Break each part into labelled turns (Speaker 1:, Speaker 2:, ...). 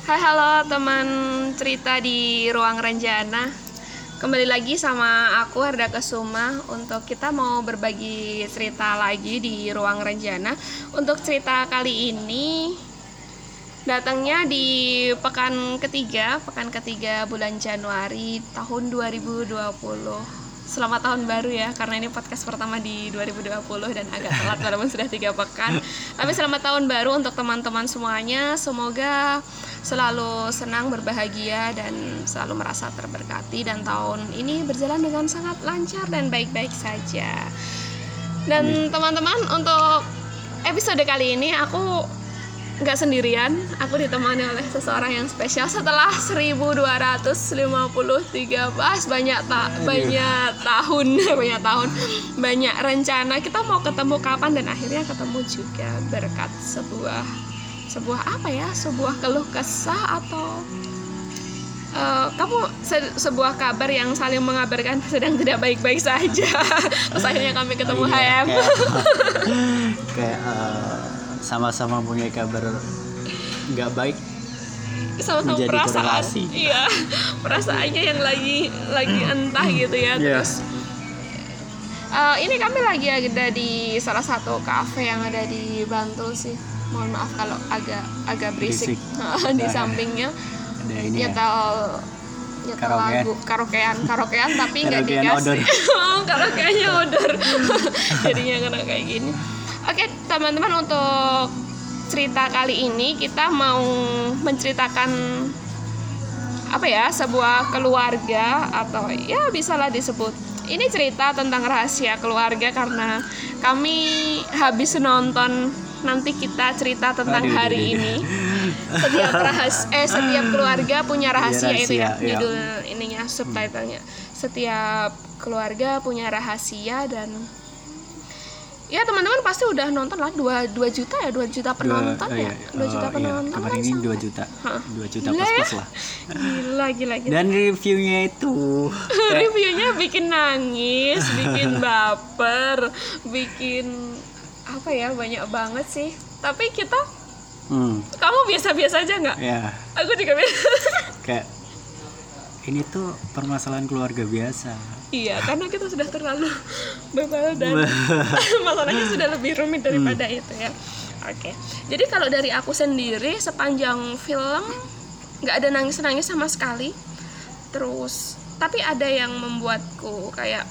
Speaker 1: Hai halo teman cerita di Ruang Renjana. Kembali lagi sama aku Harda Kesuma untuk kita mau berbagi cerita lagi di Ruang Renjana. Untuk cerita kali ini datangnya di pekan ketiga bulan Januari tahun 2020. Selamat tahun baru ya, karena ini podcast pertama di 2020 dan agak telat walaupun sudah 3 pekan. Tapi selamat tahun baru untuk teman-teman semuanya. Semoga selalu senang, berbahagia, dan selalu merasa terberkati. Dan tahun ini berjalan dengan sangat lancar dan baik-baik saja. Dan teman-teman, untuk episode kali ini aku nggak sendirian, aku ditemani oleh seseorang yang spesial. Setelah 1253 banyak tahun, banyak rencana kita mau ketemu kapan, dan akhirnya ketemu juga berkat sebuah keluh kesah atau sebuah kabar yang saling mengabarkan sedang tidak baik-baik saja. Terus akhirnya kami ketemu.
Speaker 2: Kayak sama-sama punya kabar nggak baik,
Speaker 1: sama-sama
Speaker 2: menjadi
Speaker 1: perasaan
Speaker 2: korelasi.
Speaker 1: Iya, perasaannya yang lagi entah gitu ya. Terus ini kami lagi ada di salah satu kafe yang ada di Bantul sih. Mohon maaf kalau agak berisik. Di sampingnya
Speaker 2: ada ini
Speaker 1: nyetel lagu karaokean tapi nggak dikasih. Karaokeannya odor. Jadinya kena kayak gini. Oke teman-teman, untuk cerita kali ini kita mau menceritakan sebuah keluarga, atau ya bisalah disebut ini cerita tentang rahasia keluarga, karena kami habis nonton Nanti Kita Cerita Tentang Hari Ini. Setiap keluarga punya rahasia, itu ya judul ininya, subtitlenya. Setiap keluarga punya rahasia, dan ya teman-teman pasti udah nonton lah, 2 juta penonton. 2 juta penonton.
Speaker 2: Kemarin ini 2 juta. 2 juta plus lah.
Speaker 1: Gila.
Speaker 2: Dan reviewnya itu
Speaker 1: reviewnya bikin nangis, bikin baper, bikin banyak banget sih. Tapi kita kamu biasa-biasa aja nggak?
Speaker 2: Ya.
Speaker 1: Aku juga biasa.
Speaker 2: Kayak ini tuh permasalahan keluarga biasa.
Speaker 1: Iya, karena kita sudah terlalu bebal dan masalahnya sudah lebih rumit daripada itu ya. Oke. Jadi kalau dari aku sendiri, sepanjang film nggak ada nangis-nangis sama sekali. Terus tapi ada yang membuatku kayak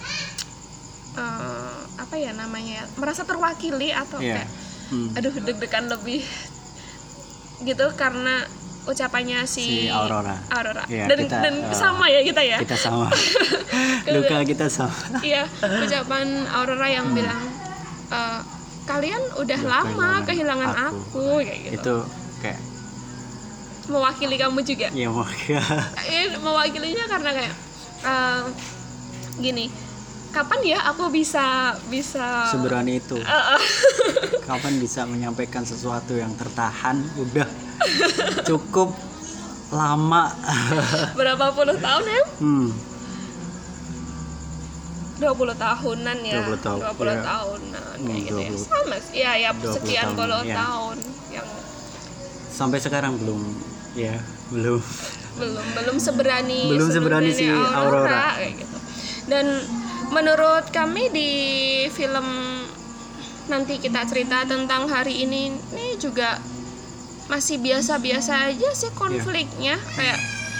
Speaker 1: merasa terwakili atau kayak deg-degan lebih gitu, karena ucapannya si
Speaker 2: Aurora. Ya,
Speaker 1: dan sama ya kita ya.
Speaker 2: Kita sama. Luka kita sama.
Speaker 1: Iya, ucapan Aurora yang bilang kalian udah lama kehilangan aku kayak gitu.
Speaker 2: Itu kayak
Speaker 1: mewakili kamu juga.
Speaker 2: Iya,
Speaker 1: mewakilinya karena kayak gini. Kapan ya aku bisa
Speaker 2: seberani itu? Kapan bisa menyampaikan sesuatu yang tertahan udah cukup lama. Berapa
Speaker 1: puluh tahun ya? 20 tahunan ya. 20 tahunan kayak gitu ya. Sama ya sekian puluh tahun yang
Speaker 2: sampai sekarang belum seberani
Speaker 1: si Aurora kayak gitu. Dan menurut kami di film Nanti Kita Cerita Tentang Hari Ini juga masih biasa-biasa aja sih konfliknya. Kayak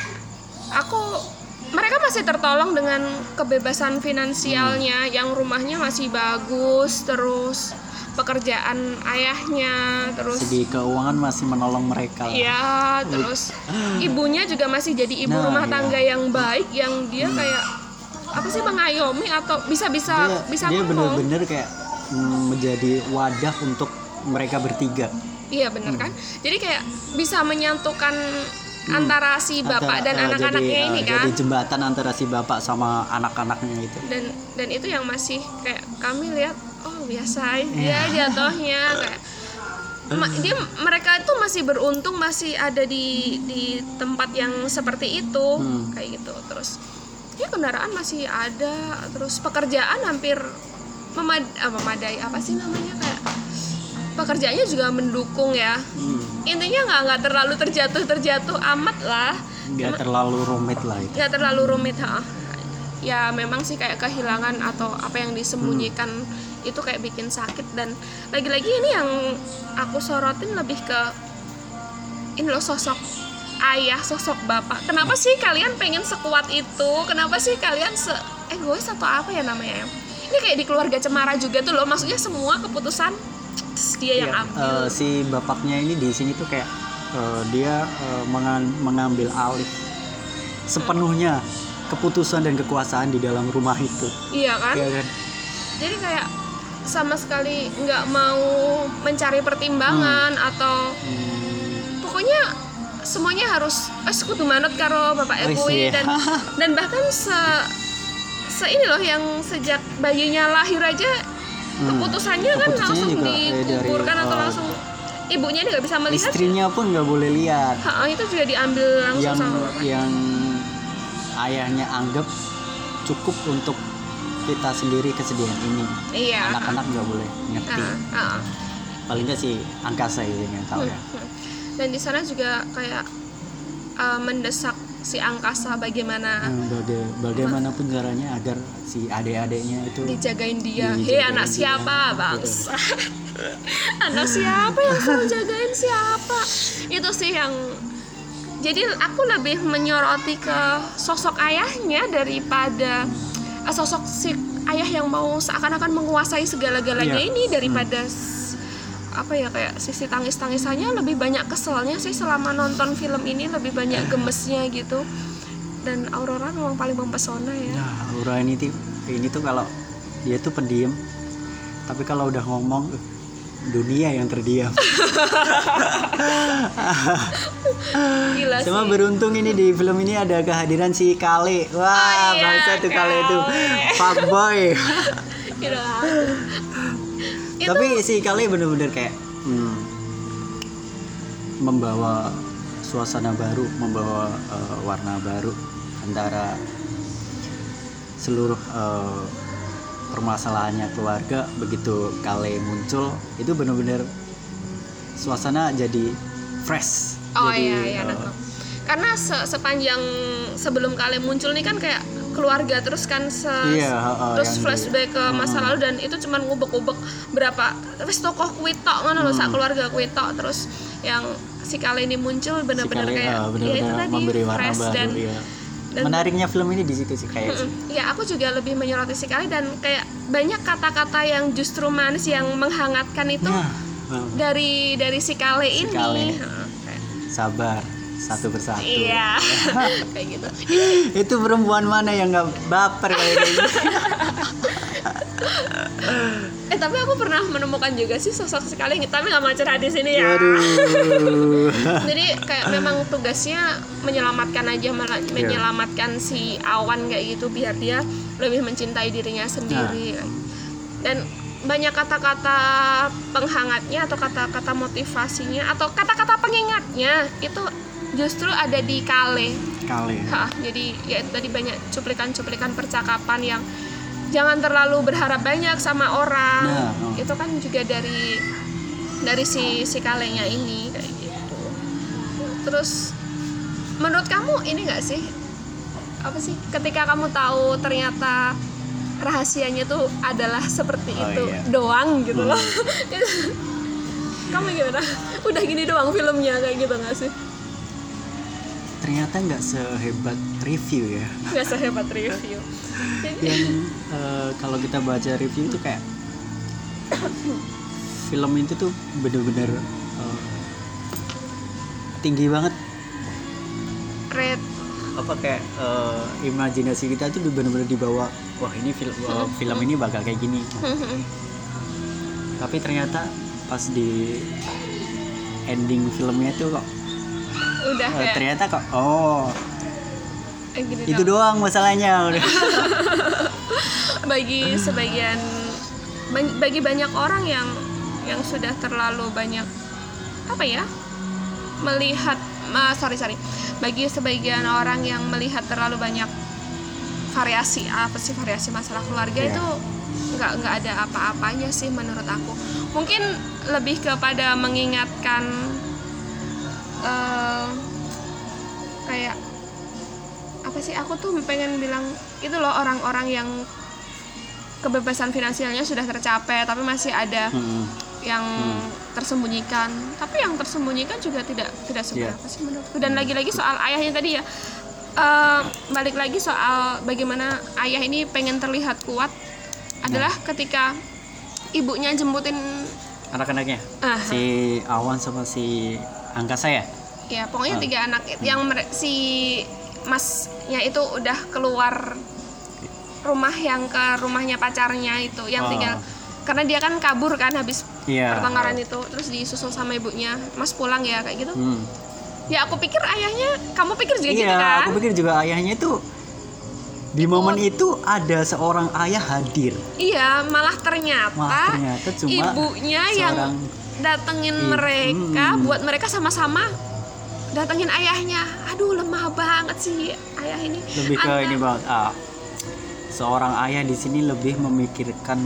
Speaker 1: mereka masih tertolong dengan kebebasan finansialnya, yang rumahnya masih bagus, terus pekerjaan ayahnya, terus
Speaker 2: segi keuangan masih menolong mereka.
Speaker 1: Iya, terus ibunya juga masih jadi ibu rumah tangga yang baik, yang dia kayak mengayomi atau bisa
Speaker 2: dia bener-bener kayak menjadi wadah untuk mereka bertiga. Iya
Speaker 1: bener kan, jadi kayak bisa menyatukan antara si bapak dan anak-anaknya ini kan,
Speaker 2: jadi jembatan antara si bapak sama anak-anaknya itu.
Speaker 1: Dan itu yang masih kayak kami lihat biasa aja jatuhnya, kayak mereka itu masih beruntung masih ada di tempat yang seperti itu kayak gitu. Terus ya kendaraan masih ada, terus pekerjaan hampir memadai, kayak pekerjaannya juga mendukung ya. Intinya nggak terlalu terjatuh amat lah,
Speaker 2: nggak terlalu rumit lah itu.
Speaker 1: nggak terlalu rumit. Ya memang sih kayak kehilangan atau apa yang disembunyikan itu kayak bikin sakit. Dan lagi-lagi ini yang aku sorotin lebih ke ini loh, sosok ayah, sosok bapak. Kenapa sih kalian pengen sekuat itu? Kenapa sih kalian egois atau apa ya namanya? Ini kayak di keluarga Cemara juga tuh loh, maksudnya semua keputusan dia yang ambil.
Speaker 2: Si bapaknya ini di sini tuh kayak dia mengambil alih sepenuhnya keputusan dan kekuasaan di dalam rumah itu.
Speaker 1: Iya kan?
Speaker 2: Iya kan?
Speaker 1: Jadi kayak sama sekali nggak mau mencari pertimbangan atau pokoknya semuanya harus kudu manut karo bapak kuwi dan bahkan ini loh yang sejak bayinya lahir aja keputusannya kan langsung dikuburkan atau langsung ibunya ini nggak bisa melihat,
Speaker 2: istrinya pun nggak boleh lihat.
Speaker 1: Itu juga diambil langsung sama bapak.
Speaker 2: Yang ayahnya anggap cukup untuk kita sendiri kesedihan ini.
Speaker 1: Iya.
Speaker 2: Anak-anak nggak boleh ngerti. Paling nggak si angkasa itu yang tahu ya.
Speaker 1: Dan di sana juga kayak mendesak si angkasa bagaimana
Speaker 2: bagaimanapun caranya agar si adik-adiknya itu
Speaker 1: dijagain dia. Hei anak siapa bangsa? Anak siapa yang suruh jagain siapa? Itu sih yang jadi aku lebih menyoroti ke sosok ayahnya daripada sosok si ayah yang mau seakan-akan menguasai segala-galanya ini daripada apa ya, kayak sisi tangis-tangisannya lebih banyak keselnya sih selama nonton film ini, lebih banyak gemesnya gitu. Dan Aurora memang paling mempesona ya.
Speaker 2: Nah, Aurora ini tuh kalau dia tuh pendiam, tapi kalau udah ngomong dunia yang terdiam.
Speaker 1: Gila
Speaker 2: Cuma
Speaker 1: sih.
Speaker 2: beruntung ini di film ini ada kehadiran si Kale. Wah, bangsa tuh Kale itu fuckboy. Tapi si Kale bener-bener kayak membawa suasana baru, membawa warna baru antara seluruh permasalahannya keluarga. Begitu Kale muncul, itu bener-bener suasana jadi fresh.
Speaker 1: Iya, nangkep. Karena sepanjang sebelum Kale muncul nih kan kayak keluarga terus kan terus flashback ke masa lalu, dan itu cuman ngubek-ngubek berapa wis tokoh kuwi tok ngono lho, sak keluarga kuwi tok. Terus yang si Kale ini muncul benar-benar kayak
Speaker 2: bener-bener
Speaker 1: itu tadi
Speaker 2: memberi warna
Speaker 1: fresh
Speaker 2: baru,
Speaker 1: dan
Speaker 2: menariknya film ini di situ sih kayak
Speaker 1: ya aku juga lebih menyoroti si Kale, dan kayak banyak kata-kata yang justru manis yang menghangatkan itu dari si Kale ini.
Speaker 2: Sabar satu persatu.
Speaker 1: Iya. Kayak gitu.
Speaker 2: Itu perempuan mana yang nggak baper kayak gitu?
Speaker 1: Tapi aku pernah menemukan juga sih sosok sekali, tapi nggak mau cerah di sini ya. Jadi kayak memang tugasnya menyelamatkan aja, menyelamatkan si Awan kayak gitu biar dia lebih mencintai dirinya sendiri. Dan banyak kata-kata penghangatnya atau kata-kata motivasinya atau kata-kata pengingatnya itu justru ada di Kale. Jadi ya itu tadi banyak cuplikan-cuplikan percakapan yang jangan terlalu berharap banyak sama orang. Itu kan juga dari si Kalenya ini kayak gitu. Terus menurut kamu ini nggak sih, apa sih ketika kamu tahu ternyata rahasianya tuh adalah seperti itu doang gitu loh. Kamu gimana? Udah gini doang filmnya kayak gitu nggak sih?
Speaker 2: Ternyata nggak sehebat review ya.
Speaker 1: Nggak sehebat review.
Speaker 2: Yang kalau kita baca review itu kayak film itu tuh bener-bener tinggi banget. Apa kayak imajinasi kita tuh bener-bener dibawa. Wah ini film ini bakal kayak gini. Tapi ternyata pas di ending filmnya tuh kok
Speaker 1: udah
Speaker 2: ternyata kok itu doang masalahnya.
Speaker 1: Bagi banyak orang yang sudah terlalu banyak apa ya melihat bagi sebagian orang yang melihat terlalu banyak variasi masalah keluarga itu nggak ada apa-apanya sih menurut aku. Mungkin lebih kepada mengingatkan kayak apa sih, aku tuh pengen bilang itu loh, orang-orang yang kebebasan finansialnya sudah tercapai tapi masih ada yang tersembunyikan, tapi yang tersembunyikan juga tidak seberapa sih menurutku. Dan lagi-lagi soal ayahnya tadi ya, balik lagi soal bagaimana ayah ini pengen terlihat kuat adalah ketika ibunya jemputin
Speaker 2: anak-anaknya, si Awan sama si Angkasa
Speaker 1: ya pokoknya 3 anak yang si masnya itu udah keluar rumah yang ke rumahnya pacarnya itu yang tinggal, karena dia kan kabur kan habis pertengkaran itu, terus disusul sama ibunya, Mas pulang ya kayak gitu. Ya aku pikir ayahnya, kamu pikir juga gitu kan?
Speaker 2: Aku pikir juga ayahnya itu di momen itu ada seorang ayah hadir.
Speaker 1: Iya, malah ternyata
Speaker 2: cuma
Speaker 1: ibunya yang datengin mereka, buat mereka sama-sama datengin ayahnya. Aduh, lemah banget sih ayah ini.
Speaker 2: Lebih ke ini banget. Seorang ayah di sini lebih memikirkan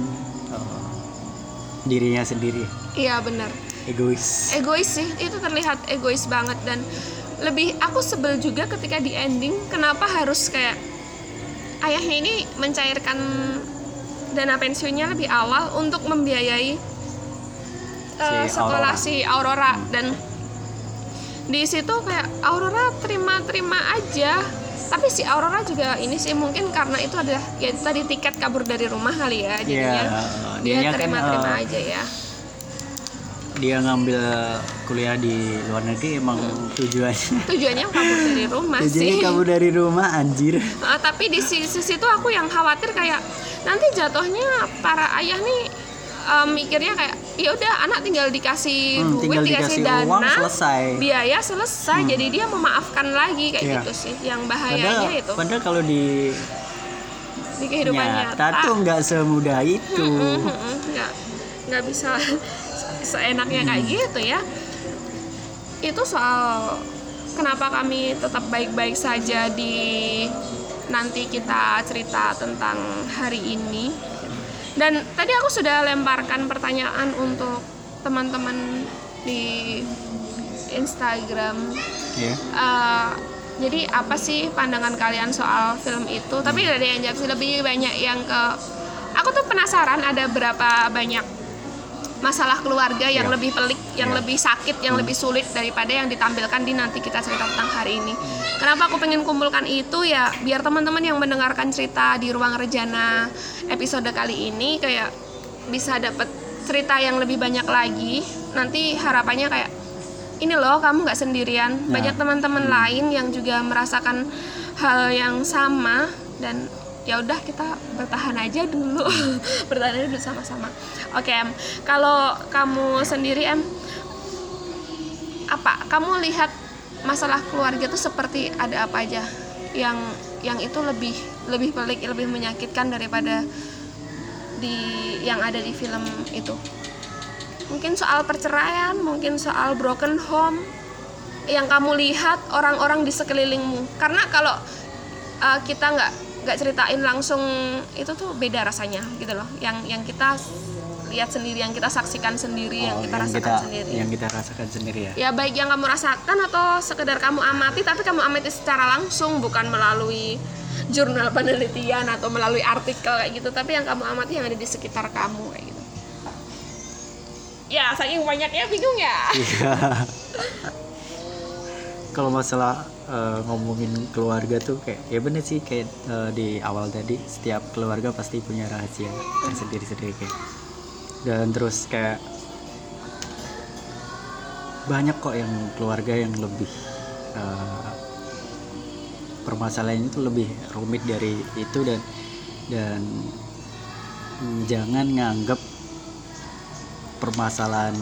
Speaker 2: dirinya sendiri.
Speaker 1: Iya benar.
Speaker 2: Egois
Speaker 1: sih, itu terlihat egois banget. Dan lebih aku sebel juga ketika di ending, kenapa harus kayak ayahnya ini mencairkan dana pensiunnya lebih awal untuk membiayai sekolah si Aurora. Dan di situ kayak Aurora terima aja, tapi si Aurora juga ini sih mungkin karena itu adalah ya tadi tiket kabur dari rumah kali ya, jadinya dia terima aja ya.
Speaker 2: Dia ngambil kuliah di luar negeri emang tujuannya
Speaker 1: kabur dari rumah sih.
Speaker 2: Kabur dari rumah anjir.
Speaker 1: Tapi di sisi itu aku yang khawatir kayak nanti jatuhnya para ayah nih mikirnya kayak ya udah anak tinggal dikasih duit, dikasih dana,
Speaker 2: uang, selesai.
Speaker 1: Biaya selesai. Jadi dia memaafkan lagi kayak gitu sih. Yang bahayanya itu.
Speaker 2: Padahal kalau di
Speaker 1: kehidupan nyata
Speaker 2: tuh nggak semudah itu.
Speaker 1: Nggak bisa seenaknya kayak gitu ya. Itu soal kenapa kami tetap baik-baik saja di nanti kita cerita tentang hari ini. Dan tadi aku sudah lemparkan pertanyaan untuk teman-teman di Instagram. Jadi apa sih pandangan kalian soal film itu? Tapi ada yang jawab sih, lebih banyak yang ke aku tuh penasaran ada berapa banyak masalah keluarga yang lebih pelik, yang lebih sakit, yang lebih sulit daripada yang ditampilkan di nanti kita cerita tentang hari ini. Kenapa aku pengen kumpulkan itu ya, biar teman-teman yang mendengarkan cerita di Ruang Rejana episode kali ini kayak bisa dapat cerita yang lebih banyak lagi. Nanti harapannya kayak ini loh, kamu nggak sendirian, banyak teman-teman lain yang juga merasakan hal yang sama. Dan ya udah, kita bertahan aja dulu sama-sama. Oke, kalau kamu sendiri apa kamu lihat masalah keluarga itu seperti ada apa aja yang itu lebih pelik, lebih menyakitkan daripada yang ada di film itu? Mungkin soal perceraian, mungkin soal broken home yang kamu lihat orang-orang di sekelilingmu. Karena kalau kita nggak ceritain langsung itu tuh beda rasanya gitu loh. Yang kita lihat sendiri, yang kita saksikan sendiri, yang kita rasakan sendiri. Ya baik yang kamu rasakan atau sekedar kamu amati, tapi kamu amati secara langsung, bukan melalui jurnal penelitian atau melalui artikel kayak gitu, tapi yang kamu amati yang ada di sekitar kamu kayak gitu. Ya saking banyaknya bingung ya.
Speaker 2: Kalau masalah ngomongin keluarga tuh kayak ya bener sih, kayak di awal tadi, setiap keluarga pasti punya rahasia sendiri-sendiri kayak. Dan terus kayak banyak kok yang keluarga yang lebih permasalahannya itu lebih rumit dari itu. Dan jangan nganggap permasalahan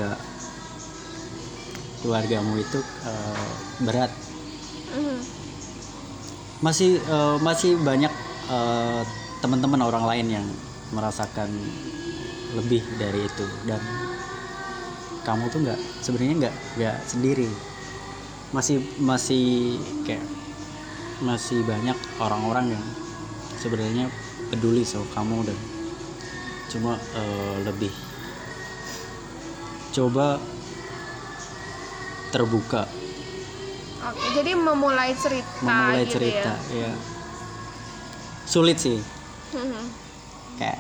Speaker 2: keluargamu itu berat. Masih banyak teman-teman orang lain yang merasakan lebih dari itu, dan kamu tuh sebenarnya nggak sendiri. Masih banyak orang-orang yang sebenarnya peduli sama kamu dan cuma lebih coba terbuka.
Speaker 1: Oke, jadi memulai cerita gitu
Speaker 2: cerita
Speaker 1: ya.
Speaker 2: ya sulit sih
Speaker 1: Mhm.
Speaker 2: kayak,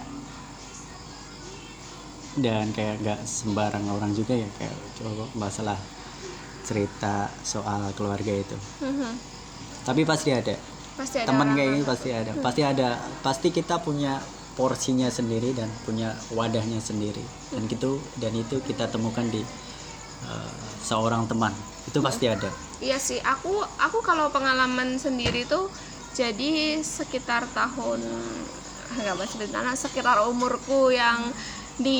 Speaker 2: dan kayak gak sembarang orang juga ya kayak coba masalah cerita soal keluarga itu.
Speaker 1: Mhm.
Speaker 2: Tapi pasti ada
Speaker 1: Pasti ada
Speaker 2: teman
Speaker 1: orang
Speaker 2: kayak gini, pasti ada, pasti kita punya porsinya sendiri dan punya wadahnya sendiri, dan itu kita temukan di seorang teman, itu pasti ada.
Speaker 1: Iya sih, aku kalau pengalaman sendiri tuh jadi sekitar tahun nggak masih benar, sekitar umurku yang di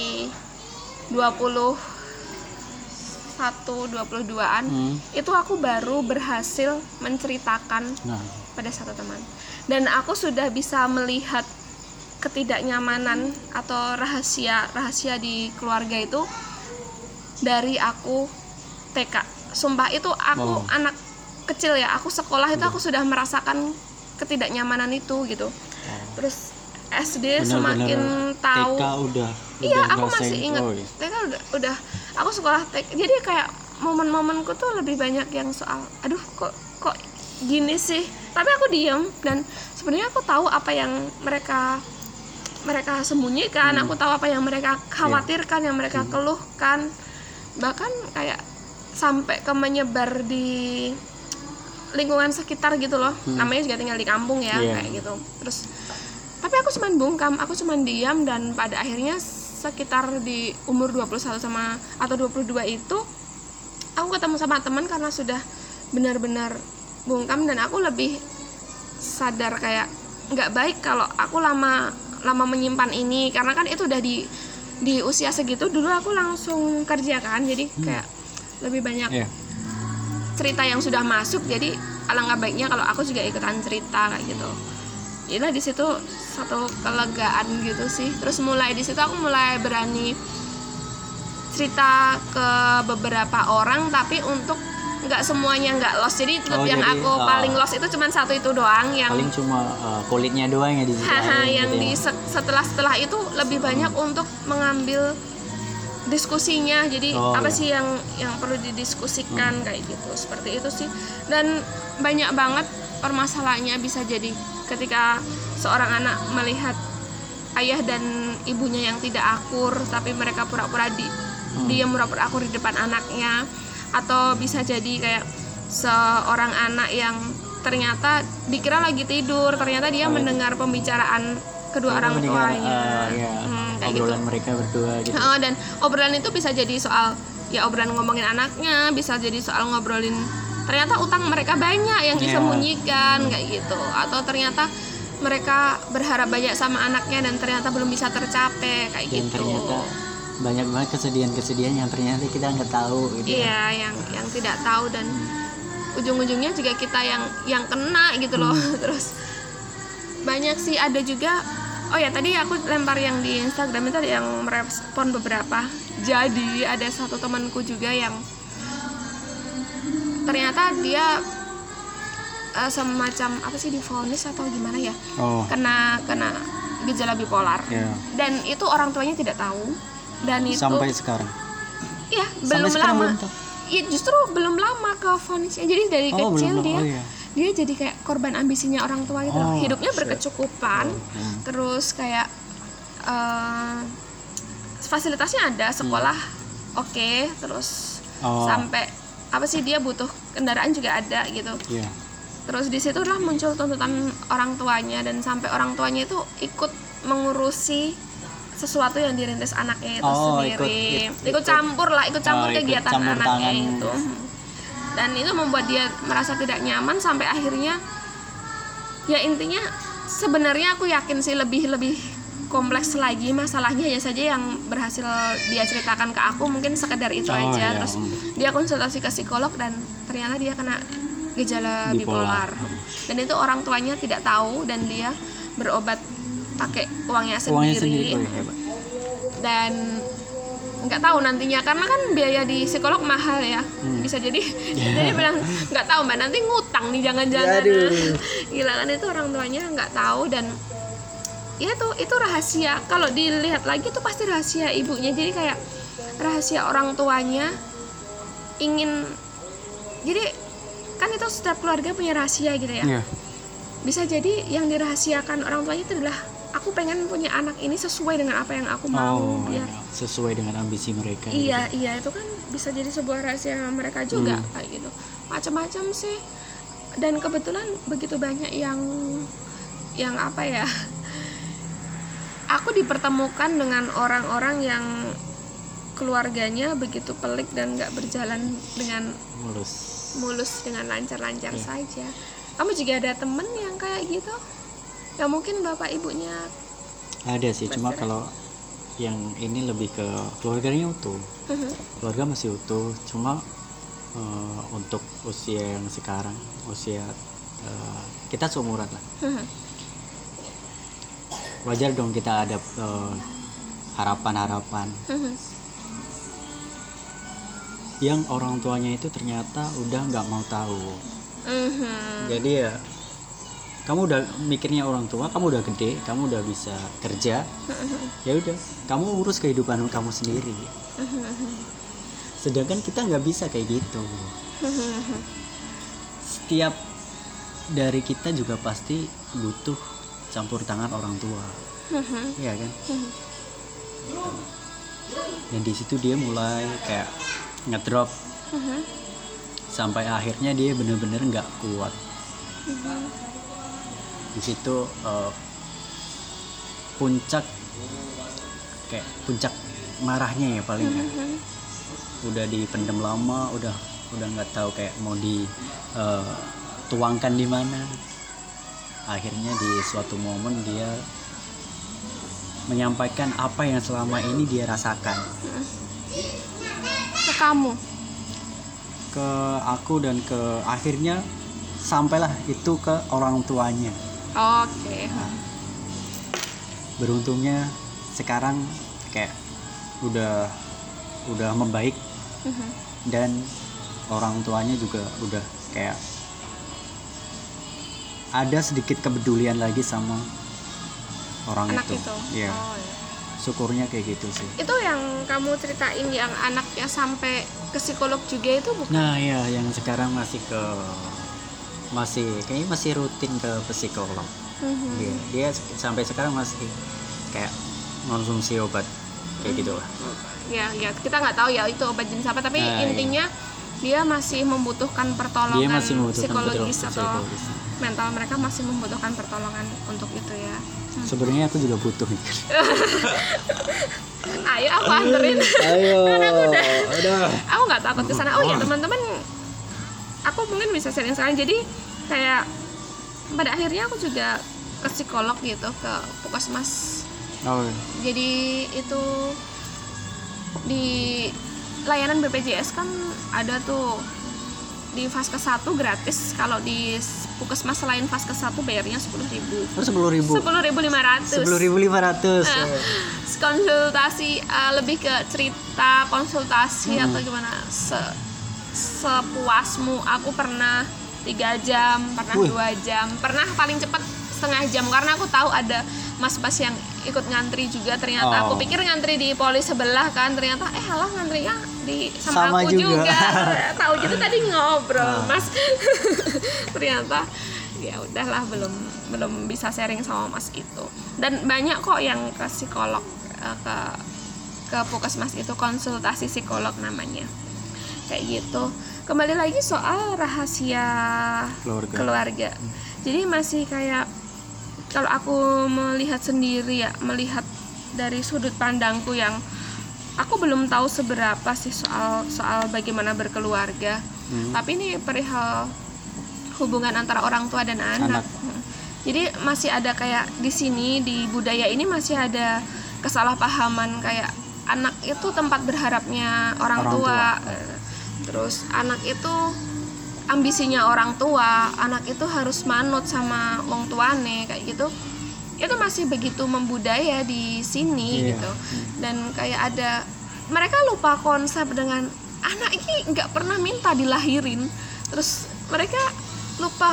Speaker 1: 22-an itu aku baru berhasil menceritakan pada satu teman, dan aku sudah bisa melihat ketidaknyamanan atau rahasia di keluarga itu dari aku TK. Sumpah itu aku anak kecil ya, aku sekolah itu aku sudah merasakan ketidaknyamanan itu gitu. Terus SD semakin tahu.
Speaker 2: TK udah
Speaker 1: iya, aku masih ingat. TK udah aku sekolah TK. Jadi kayak momen-momenku tuh lebih banyak yang soal aduh kok gini sih. Tapi aku diam, dan sebenarnya aku tahu apa yang mereka sembunyikan, aku tahu apa yang mereka khawatirkan, yang mereka keluhkan. Bahkan kayak sampai ke menyebar di lingkungan sekitar gitu loh. Namanya juga tinggal di kampung ya, kayak gitu. Terus tapi aku cuman bungkam, aku cuman diam, dan pada akhirnya sekitar di umur 21 atau 22 itu aku ketemu sama teman karena sudah benar-benar bungkam, dan aku lebih sadar kayak nggak baik kalau aku lama menyimpan ini, karena kan itu udah di usia segitu. Dulu aku langsung kerja kan, jadi kayak lebih banyak cerita yang sudah masuk, jadi alangkah baiknya kalau aku juga ikutan cerita kayak gitu. Jadi di situ satu kelegaan gitu sih. Terus mulai di situ aku mulai berani cerita ke beberapa orang, tapi untuk nggak semuanya nggak lost. Jadi yang aku paling lost itu cuma satu itu doang, yang
Speaker 2: paling cuma kulitnya doang ya di situ.
Speaker 1: yang gitu ya. Setelah itu lebih banyak untuk mengambil diskusinya. Jadi apa sih yang perlu didiskusikan kayak gitu, seperti itu sih. Dan banyak banget permasalahannya bisa jadi ketika seorang anak melihat ayah dan ibunya yang tidak akur, tapi mereka pura-pura dia pura-pura akur di depan anaknya. Atau bisa jadi kayak seorang anak yang ternyata dikira lagi tidur, ternyata dia mendengar pembicaraan kedua orang tuanya, kayak
Speaker 2: obrolan
Speaker 1: gitu.
Speaker 2: Mereka berdua gitu.
Speaker 1: Dan obrolan itu bisa jadi soal obrolan ngomongin anaknya, bisa jadi soal ngobrolin ternyata utang mereka banyak yang disembunyikan kayak gitu, atau ternyata mereka berharap banyak sama anaknya dan ternyata belum bisa tercapai kayak
Speaker 2: dan
Speaker 1: gitu.
Speaker 2: Ternyata banyak banget kesedihan yang ternyata kita nggak tahu gitu.
Speaker 1: Iya, yang tidak tahu, dan ujung-ujungnya juga kita yang kena gitu loh. Terus banyak sih, ada juga. Oh ya, tadi aku lempar yang di Instagram itu ada yang merespon beberapa. Jadi ada satu temanku juga yang ternyata dia semacam apa sih, divonis atau gimana ya, kena gejala bipolar. Dan itu orang tuanya tidak tahu, dan itu
Speaker 2: sampai sekarang.
Speaker 1: Iya, belum lama. Iya, justru belum lama ke vonisnya. Jadi dari kecil dia jadi kayak korban ambisinya orang tua gitu loh. Hidupnya berkecukupan, terus kayak fasilitasnya ada, sekolah oke, terus sampai apa sih, dia butuh kendaraan juga ada gitu. Terus di situ lah muncul tuntutan orang tuanya, dan sampai orang tuanya itu ikut mengurusi sesuatu yang dirintis anaknya itu sendiri, ikut campur kegiatan anaknya itu. Dan itu membuat dia merasa tidak nyaman, sampai akhirnya ya intinya sebenarnya aku yakin sih lebih kompleks lagi masalahnya. Ya saja yang berhasil dia ceritakan ke aku mungkin sekedar itu aja. Terus dia konsultasi ke psikolog dan ternyata dia kena gejala bipolar. Dan itu orang tuanya tidak tahu, dan dia berobat pakai uangnya sendiri. Dan nggak tahu nantinya, karena kan biaya di psikolog mahal ya. Bisa jadi jadi bilang nggak tahu mbak, nanti ngutang nih jangan-jangan. Gila kan, itu orang tuanya nggak tahu. Dan ya itu rahasia. Kalau dilihat lagi itu pasti rahasia ibunya. Jadi kayak rahasia orang tuanya ingin, jadi kan itu setiap keluarga punya rahasia gitu ya.
Speaker 2: Iya.
Speaker 1: Bisa jadi yang dirahasiakan orang tuanya itu adalah aku pengen punya anak ini sesuai dengan apa yang aku mau, biar
Speaker 2: sesuai dengan ambisi mereka.
Speaker 1: iya itu kan bisa jadi sebuah rahasia mereka juga kayak gitu. Macam-macam sih. Dan kebetulan begitu banyak yang apa ya, aku dipertemukan dengan orang-orang yang keluarganya begitu pelik dan nggak berjalan dengan mulus dengan lancar-lancar saja. Kamu juga ada temen yang kayak gitu? Ya mungkin bapak ibunya
Speaker 2: ada sih, cuma kalau yang ini lebih ke keluarganya utuh. Keluarga masih utuh, cuma untuk usia yang sekarang, usia kita seumuran lah. Wajar dong kita ada harapan-harapan yang orang tuanya itu ternyata udah nggak mau tahu. Jadi ya kamu udah mikirnya orang tua, kamu udah gede, kamu udah bisa kerja, ya udah kamu urus kehidupan kamu sendiri. Sedangkan kita nggak bisa kayak gitu. Setiap dari kita juga pasti butuh campur tangan orang tua, ya kan? Dan di situ dia mulai kayak ngedrop, sampai akhirnya dia bener-bener nggak kuat. Di situ puncak marahnya ya paling ya. Udah dipendam lama, udah nggak tahu kayak mau dituangkan di mana. Akhirnya di suatu momen dia menyampaikan apa yang selama ini dia rasakan
Speaker 1: ke kamu,
Speaker 2: ke aku, dan ke akhirnya sampailah itu ke orang tuanya.
Speaker 1: Oke.
Speaker 2: Beruntungnya sekarang kayak udah membaik, dan orang tuanya juga udah kayak ada sedikit kepedulian lagi sama orang
Speaker 1: anak
Speaker 2: itu.
Speaker 1: Ya.
Speaker 2: Ya. Syukurnya kayak gitu sih.
Speaker 1: Itu yang kamu ceritain yang anaknya sampai ke psikolog juga itu bukan?
Speaker 2: Nah ya, yang sekarang kayaknya masih rutin ke psikolog. Dia sampai sekarang masih kayak konsumsi obat kayak gitulah.
Speaker 1: Ya kita nggak tahu ya itu obat jenis apa, tapi intinya dia masih membutuhkan pertolongan psikologis atau mental, mereka masih membutuhkan pertolongan untuk itu ya.
Speaker 2: Sebenarnya aku juga butuh.
Speaker 1: Ayo aku anterin.
Speaker 2: Ayo.
Speaker 1: Aku nggak takut ke sana. Oh ya teman-teman, aku mungkin bisa sharing sekarang. Jadi kayak pada akhirnya aku juga ke psikolog gitu, ke puskesmas. Jadi itu di layanan BPJS kan ada tuh di Vaskes 1 gratis, kalau di puskesmas selain Vaskes 1 bayarnya 10.000.
Speaker 2: 10.500. 10.500.
Speaker 1: Konsultasi lebih ke cerita konsultasi atau gimana, sepuasmu. Aku pernah 3 jam, pernah 2 jam, pernah paling cepat setengah jam, karena aku tahu ada mas-mas yang ikut ngantri juga. Ternyata aku pikir ngantri di poli sebelah kan, ternyata halah ngantrinya sama aku juga. Tahu gitu tadi ngobrol mas. Ternyata ya udahlah, belum bisa sharing sama mas itu. Dan banyak kok yang ke psikolog, ke puskesmas itu, konsultasi psikolog namanya kayak gitu. Kembali lagi soal rahasia keluarga. Jadi masih kayak, kalau aku melihat sendiri ya, melihat dari sudut pandangku yang aku belum tahu seberapa sih soal bagaimana berkeluarga. Tapi ini perihal hubungan antara orang tua dan anak. Jadi masih ada kayak di sini, di budaya ini masih ada kesalahpahaman kayak anak itu tempat berharapnya orang tua. Terus anak itu ambisinya orang tua, anak itu harus manut sama wong tuane kayak gitu. Itu masih begitu membudaya di sini gitu. Dan kayak ada, mereka lupa konsep dengan anak ini nggak pernah minta dilahirin. Terus mereka lupa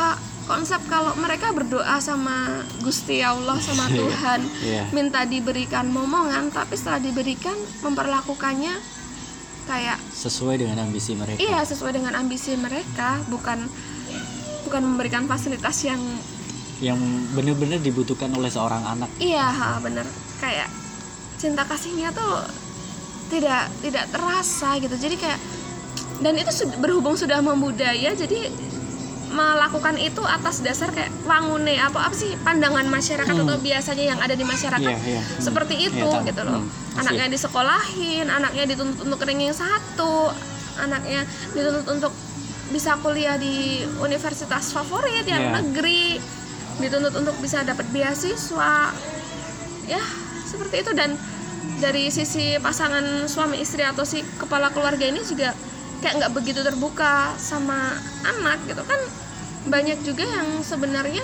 Speaker 1: konsep kalau mereka berdoa sama Gusti Allah, sama Tuhan, minta diberikan momongan, tapi setelah diberikan memperlakukannya kayak
Speaker 2: sesuai dengan ambisi mereka.
Speaker 1: Iya, sesuai dengan ambisi mereka, bukan memberikan fasilitas yang
Speaker 2: benar-benar dibutuhkan oleh seorang anak.
Speaker 1: Iya, bener. Kayak cinta kasihnya tuh tidak terasa gitu. Jadi kayak, dan itu berhubung sudah membudaya, jadi melakukan itu atas dasar kayak wangune apa sih pandangan masyarakat atau biasanya yang ada di masyarakat seperti itu gitu loh. Anaknya disekolahin, anaknya dituntut untuk ranking 1, anaknya dituntut untuk bisa kuliah di universitas favorit yang negeri, dituntut untuk bisa dapat beasiswa, ya seperti itu. Dan dari sisi pasangan suami istri atau si kepala keluarga ini juga kayak nggak begitu terbuka sama anak gitu kan. Banyak juga yang sebenarnya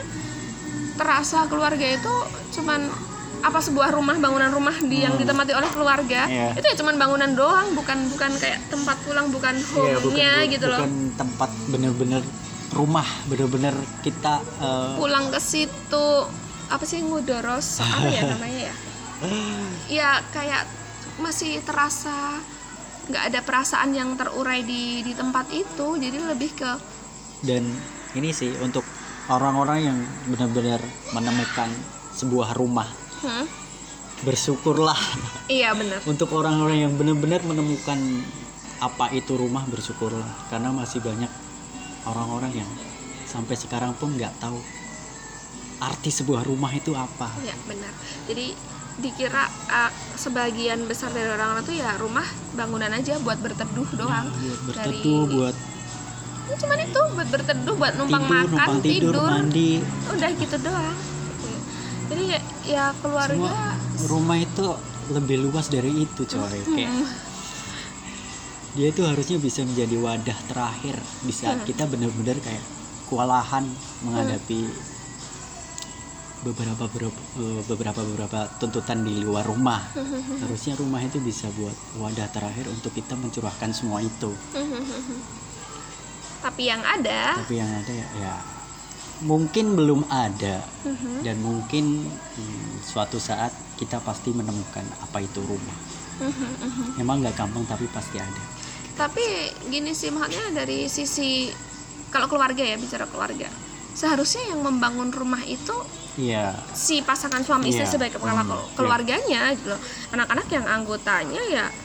Speaker 1: terasa keluarga itu cuman sebuah bangunan rumah yang ditempati oleh keluarga, itu ya cuman bangunan doang, bukan kayak tempat pulang, bukan home-nya gitu loh.
Speaker 2: Bukan tempat bener-bener rumah, bener-bener kita
Speaker 1: pulang ke situ ngudoros apa ya namanya ya. Ya kayak masih terasa nggak ada perasaan yang terurai di tempat itu, jadi lebih ke. Dan
Speaker 2: ini sih untuk orang-orang yang benar-benar menemukan sebuah rumah, bersyukurlah.
Speaker 1: Iya benar.
Speaker 2: Untuk orang-orang yang benar-benar menemukan apa itu rumah, bersyukurlah, karena masih banyak orang-orang yang sampai sekarang pun nggak tahu arti sebuah rumah itu apa.
Speaker 1: Iya benar. Jadi dikira sebagian besar dari orang-orang tuh ya rumah bangunan aja buat berteduh doang.
Speaker 2: Buat berteduh, buat
Speaker 1: cuman itu buat berteduh, buat numpang tidur,
Speaker 2: mandi,
Speaker 1: udah gitu doang. Jadi ya keluarga.
Speaker 2: Semua rumah itu lebih luas dari itu coy. Kayak dia itu harusnya bisa menjadi wadah terakhir di saat kita benar-benar kayak kewalahan menghadapi beberapa tuntutan di luar rumah. Harusnya rumah itu bisa buat wadah terakhir untuk kita mencurahkan semua itu.
Speaker 1: Tapi yang ada
Speaker 2: ya mungkin belum ada, dan mungkin suatu saat kita pasti menemukan apa itu rumah. Emang nggak gampang tapi pasti ada.
Speaker 1: Tapi gini sih, maksudnya dari sisi kalau keluarga ya, bicara keluarga, seharusnya yang membangun rumah itu si pasangan suami istri sebagai kepala keluarganya gitu loh. Anak-anak yang anggotanya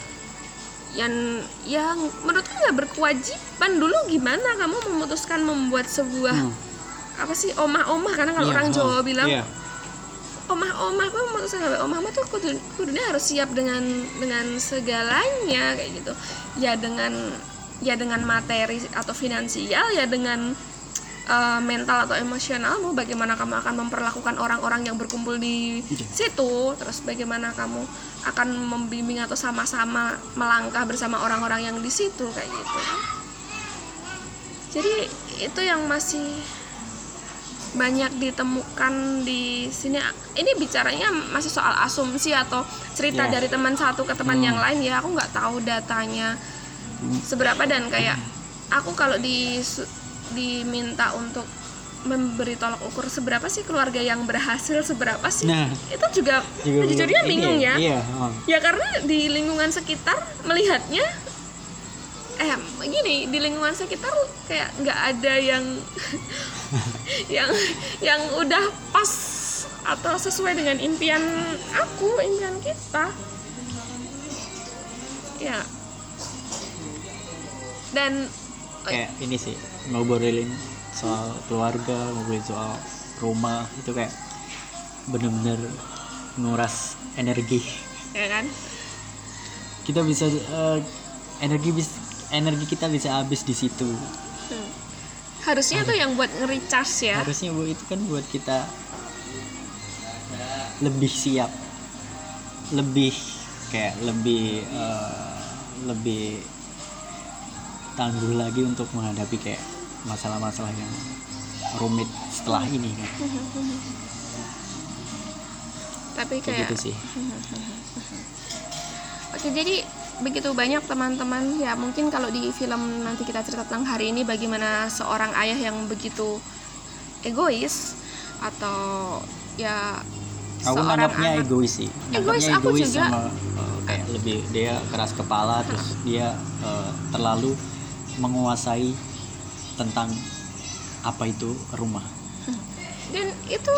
Speaker 1: yang menurutku nggak berkewajiban. Dulu gimana kamu memutuskan membuat sebuah omah-omah, karena kalau orang Jawa bilang omah-omah, kamu memutuskan omah tuh kudunya harus siap dengan segalanya kayak gitu ya, dengan materi atau finansial, ya dengan mental atau emosionalmu, bagaimana kamu akan memperlakukan orang-orang yang berkumpul di situ, terus bagaimana kamu akan membimbing atau sama-sama melangkah bersama orang-orang yang di situ kayak gitu. Jadi itu yang masih banyak ditemukan di sini. Ini bicaranya masih soal asumsi atau cerita dari teman satu ke teman yang lain ya, aku nggak tahu datanya seberapa. Dan kayak aku kalau diminta untuk memberi tolak ukur seberapa sih keluarga yang berhasil, seberapa sih, itu juga sejujurnya bingung ya. Ya karena di lingkungan sekitar melihatnya begini, di lingkungan sekitar kayak nggak ada yang yang udah pas atau sesuai dengan impian kita ya. Dan
Speaker 2: kayak ini sih, ngobrolin soal keluarga, ngobrolin soal rumah, itu kayak bener-bener nguras energi
Speaker 1: ya kan.
Speaker 2: Kita bisa energi kita bisa habis di situ.
Speaker 1: Harusnya tuh yang buat nge-recharge ya.
Speaker 2: Harusnya itu kan buat kita lebih siap, lebih tangguh lagi untuk menghadapi kayak masalah-masalah yang rumit setelah ini kan.
Speaker 1: Tapi kayak
Speaker 2: gitu sih.
Speaker 1: Oke, jadi begitu banyak teman-teman ya, mungkin kalau di film nanti kita cerita tentang hari ini bagaimana seorang ayah yang begitu egois atau ya
Speaker 2: Aku
Speaker 1: seorang
Speaker 2: nanggapnya
Speaker 1: anak.
Speaker 2: egois sih.
Speaker 1: Egois,
Speaker 2: Nanggapnya
Speaker 1: aku
Speaker 2: egois
Speaker 1: juga.
Speaker 2: sama kayak lebih dia keras kepala, terus dia terlalu menguasai tentang apa itu rumah.
Speaker 1: Dan itu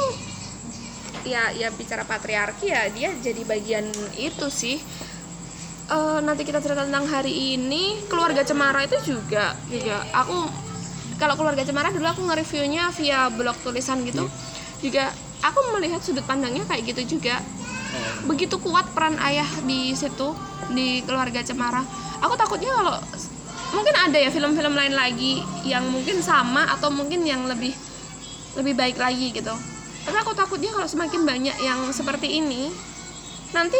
Speaker 1: ya bicara patriarki ya dia jadi bagian itu sih. Nanti kita cerita tentang hari ini keluarga Cemara itu juga aku kalau keluarga Cemara dulu aku nge-reviewnya via blog tulisan gitu. Juga aku melihat sudut pandangnya kayak gitu juga. Begitu kuat peran ayah di situ di keluarga Cemara. Aku takutnya kalau mungkin ada ya film-film lain lagi yang mungkin sama atau mungkin yang lebih baik lagi gitu. Tapi aku takutnya kalau semakin banyak yang seperti ini, nanti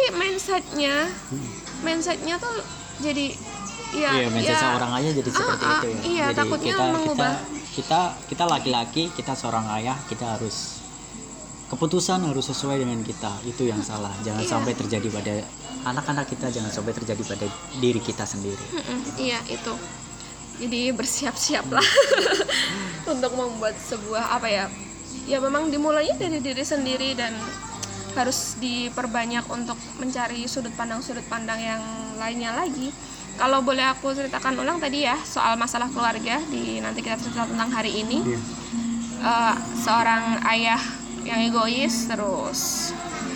Speaker 1: mindsetnya tuh jadi
Speaker 2: Iya, mindset seorang ayah jadi seperti itu ya.
Speaker 1: Iya,
Speaker 2: Jadi
Speaker 1: takutnya mengubah.
Speaker 2: kita laki-laki, kita seorang ayah, kita harus keputusan harus sesuai dengan kita. Itu yang salah. Jangan
Speaker 1: Iya.
Speaker 2: sampai terjadi pada anak-anak kita, jangan sampai terjadi pada diri kita sendiri.
Speaker 1: Iya itu. Jadi bersiap-siaplah untuk membuat sebuah apa ya? Ya memang dimulainya dari diri sendiri dan harus diperbanyak untuk mencari sudut pandang yang lainnya lagi. Kalau boleh aku ceritakan ulang tadi ya soal masalah keluarga di nanti kita cerita tentang hari ini. Seorang ayah yang egois terus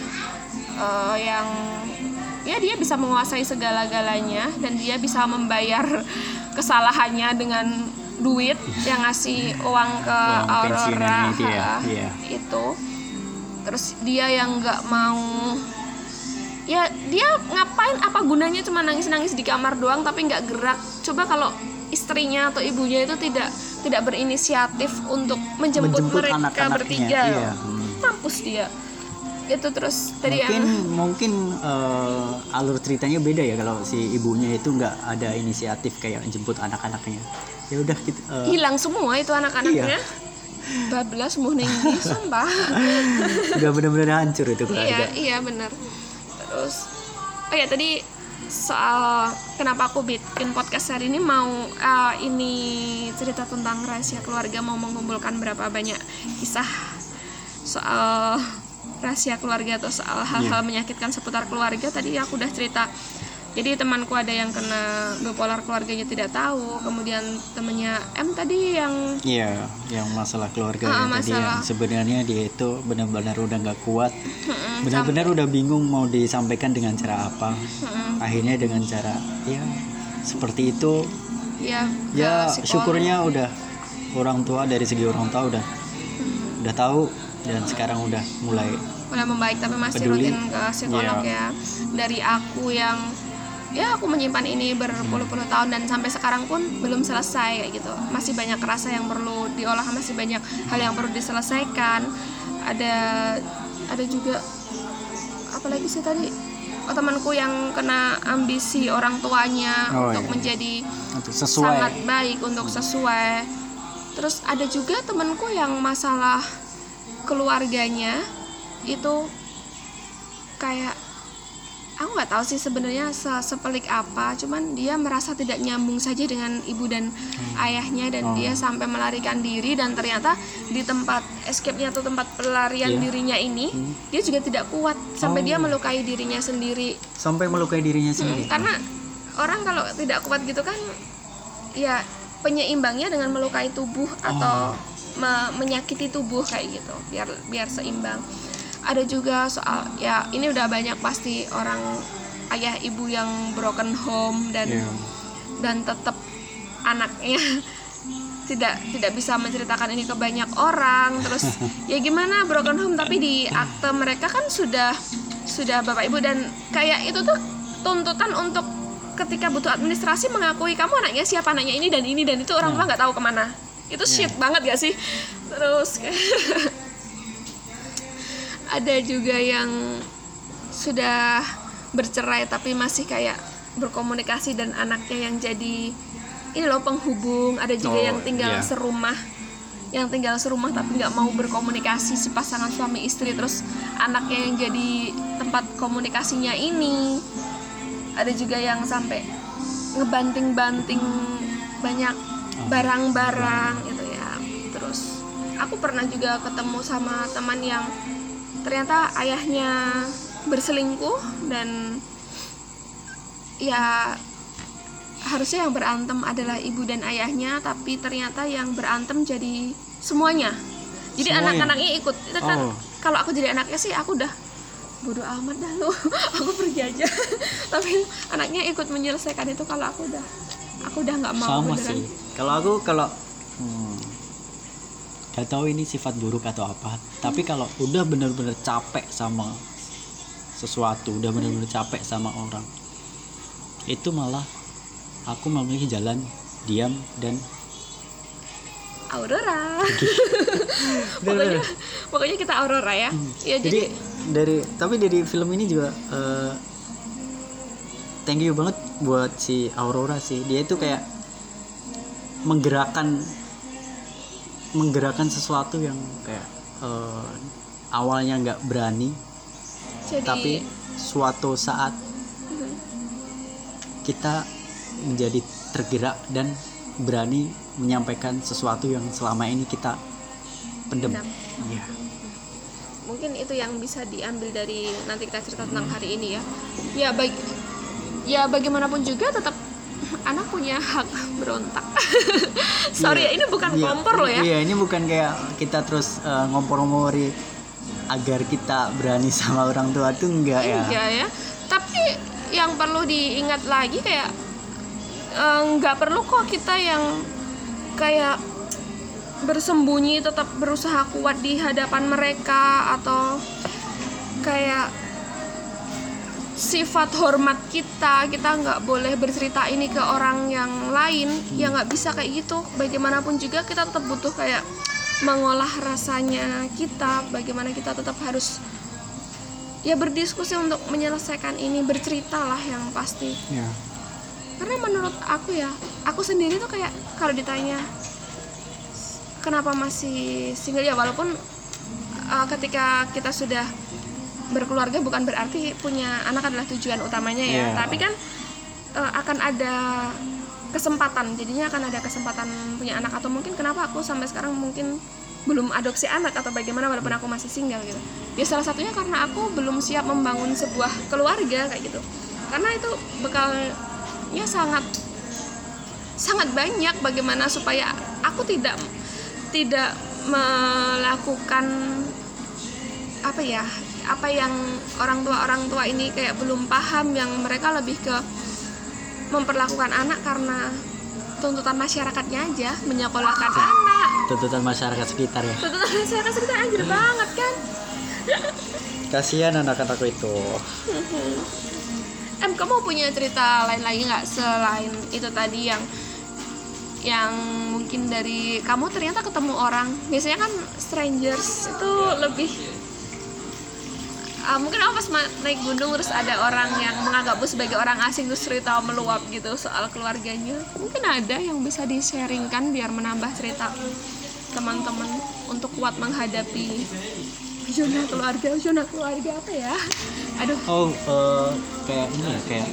Speaker 1: yang ya dia bisa menguasai segala-galanya dan dia bisa membayar kesalahannya dengan duit yang ngasih uang ke
Speaker 2: Uang
Speaker 1: Aurora
Speaker 2: pensiunan itu ya, iya.
Speaker 1: itu. Terus dia yang nggak mau, ya dia ngapain, apa gunanya cuma nangis-nangis di kamar doang tapi nggak gerak. Coba kalau istrinya atau ibunya itu tidak berinisiatif untuk menjemput mereka
Speaker 2: anak-anaknya,
Speaker 1: bertiga,
Speaker 2: iya.
Speaker 1: mampus dia. Itu terus tadi
Speaker 2: mungkin alur ceritanya beda ya kalau si ibunya itu nggak ada inisiatif kayak jemput anak-anaknya. Ya udah gitu.
Speaker 1: Hilang semua itu anak-anaknya. Bablas mau nenggi sumpah.
Speaker 2: Udah benar-benar hancur itu keluarga.
Speaker 1: Iya benar. Terus ya tadi soal kenapa aku bikin podcast hari ini mau ini cerita tentang rahasia keluarga, mau mengumpulkan berapa banyak kisah soal rahasia keluarga atau soal hal-hal menyakitkan seputar keluarga. Tadi aku udah cerita. Jadi temanku ada yang kena bipolar, keluarganya tidak tahu. Kemudian temennya M tadi yang
Speaker 2: yang masalah keluarga yang tadi yang sebenarnya dia itu benar-benar udah nggak kuat, benar-benar udah bingung mau disampaikan dengan cara apa. Akhirnya dengan cara ya seperti itu. Ya syukurnya udah orang tua, dari segi orang tua udah tahu dan sekarang udah mulai
Speaker 1: membaik, tapi masih
Speaker 2: peduli.
Speaker 1: Rutin ke psikolog ya. Dari aku yang aku menyimpan ini berpuluh-puluh tahun dan sampai sekarang pun belum selesai kayak gitu. Masih banyak rasa yang perlu diolah, masih banyak hal yang perlu diselesaikan. Ada juga apalagi sih tadi temanku yang kena ambisi orang tuanya untuk menjadi
Speaker 2: sesuai.
Speaker 1: Sangat baik untuk sesuai. Terus ada juga temanku yang masalah keluarganya itu kayak aku nggak tahu sih sebenarnya sepelik apa, cuman dia merasa tidak nyambung saja dengan ibu dan ayahnya dan dia sampai melarikan diri, dan ternyata di tempat escape-nya atau tempat pelarian dirinya ini dia juga tidak kuat sampai dia melukai dirinya sendiri. Karena orang kalau tidak kuat gitu kan ya penyeimbangnya dengan melukai tubuh atau menyakiti tubuh kayak gitu biar seimbang. Ada juga soal ya ini udah banyak pasti orang ayah ibu yang broken home dan tetap anaknya tidak bisa menceritakan ini ke banyak orang. Terus ya gimana broken home tapi di akte mereka kan sudah bapak ibu, dan kayak itu tuh tuntutan untuk ketika butuh administrasi mengakui kamu anaknya siapa, anaknya ini dan itu orang tua nggak tahu kemana. Itu shit banget gak sih? Terus ada juga yang sudah bercerai tapi masih kayak berkomunikasi dan anaknya yang jadi ini loh penghubung. Ada juga yang tinggal serumah tapi nggak mau berkomunikasi, si pasangan suami istri, terus anaknya yang jadi tempat komunikasinya ini. Ada juga yang sampai ngebanting-banting banyak barang-barang itu ya. Terus aku pernah juga ketemu sama teman yang ternyata ayahnya berselingkuh, dan ya harusnya yang berantem adalah ibu dan ayahnya, tapi ternyata yang berantem jadi semuanya. Jadi
Speaker 2: Semuanya?
Speaker 1: anak-anaknya ikut. Itu kan
Speaker 2: Oh.
Speaker 1: kalau aku jadi anaknya sih aku udah bodo amat dah lu, aku pergi aja. Tapi anaknya ikut menyelesaikan itu. Kalau aku udah nggak mau
Speaker 2: Sama
Speaker 1: beneran.
Speaker 2: sih. Kalau aku gak tahu ini sifat buruk atau apa. Tapi kalau udah bener-bener capek sama sesuatu, udah bener-bener capek sama orang, itu malah aku memilih jalan diam dan
Speaker 1: Aurora.
Speaker 2: Bener-bener.
Speaker 1: pokoknya kita Aurora ya. Ya
Speaker 2: Jadi dari film ini juga thank you banget buat si Aurora sih. Dia itu kayak menggerakkan sesuatu yang kayak awalnya nggak berani,
Speaker 1: jadi
Speaker 2: tapi suatu saat kita menjadi tergerak dan berani menyampaikan sesuatu yang selama ini kita pendem.
Speaker 1: Pendam.
Speaker 2: Iya.
Speaker 1: mungkin itu yang bisa diambil dari nanti kita cerita tentang hari ini ya. Ya bagaimanapun juga tetap anak punya hak berontak. Sorry ya, ini bukan
Speaker 2: Iya.
Speaker 1: kompor loh ya.
Speaker 2: Iya, ini bukan kayak kita terus ngompor-ngompori agar kita berani sama orang tua tuh enggak ya.
Speaker 1: Iya ya. Tapi yang perlu diingat lagi kayak nggak perlu kok kita yang kayak bersembunyi, tetap berusaha kuat di hadapan mereka, atau kayak sifat hormat kita nggak boleh bercerita ini ke orang yang lain. Ya nggak bisa kayak gitu. Bagaimanapun juga kita tetap butuh kayak mengolah rasanya kita, bagaimana kita tetap harus ya berdiskusi untuk menyelesaikan ini, bercerita lah yang pasti.
Speaker 2: Ya.
Speaker 1: Karena menurut aku ya, aku sendiri tuh kayak kalau ditanya kenapa masih single, ya walaupun ketika kita sudah berkeluarga bukan berarti punya anak adalah tujuan utamanya ya.
Speaker 2: Yeah.
Speaker 1: Tapi kan akan ada kesempatan, jadinya akan ada kesempatan punya anak. Atau mungkin kenapa aku sampai sekarang mungkin belum adopsi anak atau bagaimana walaupun aku masih single gitu. Ya salah satunya karena aku belum siap membangun sebuah keluarga kayak gitu. Karena itu bekalnya sangat banyak, bagaimana supaya aku tidak melakukan apa yang orang tua ini kayak belum paham, yang mereka lebih ke memperlakukan anak karena tuntutan masyarakatnya aja, menyekolahkan anak,
Speaker 2: Tuntutan masyarakat sekitar ya.
Speaker 1: tuntutan masyarakat sekitar anjir banget kan.
Speaker 2: Kasihan anak-anak itu.
Speaker 1: Kamu punya cerita lain lagi nggak selain itu tadi yang mungkin dari kamu ternyata ketemu orang, biasanya kan strangers itu lebih mungkin aku pas naik gunung terus ada orang yang menganggapmu sebagai orang asing terus cerita meluap gitu soal keluarganya, mungkin ada yang bisa di-sharingkan biar menambah cerita teman-teman untuk kuat menghadapi zona keluarga apa ya, aduh.
Speaker 2: Kayak ini ya, kayak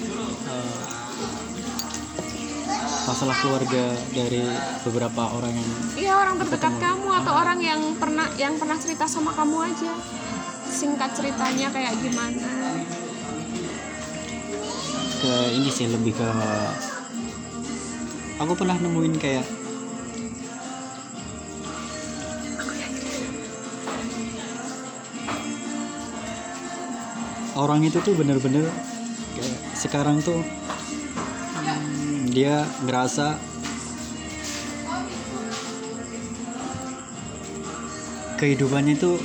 Speaker 2: masalah keluarga dari beberapa orang yang
Speaker 1: Iya, orang terdekat kamu atau orang yang pernah cerita sama kamu aja. Singkat ceritanya kayak gimana?
Speaker 2: ke ini sih, lebih ke aku pernah nemuin kayak orang itu tuh bener-bener kayak sekarang tuh dia ngerasa kehidupannya tuh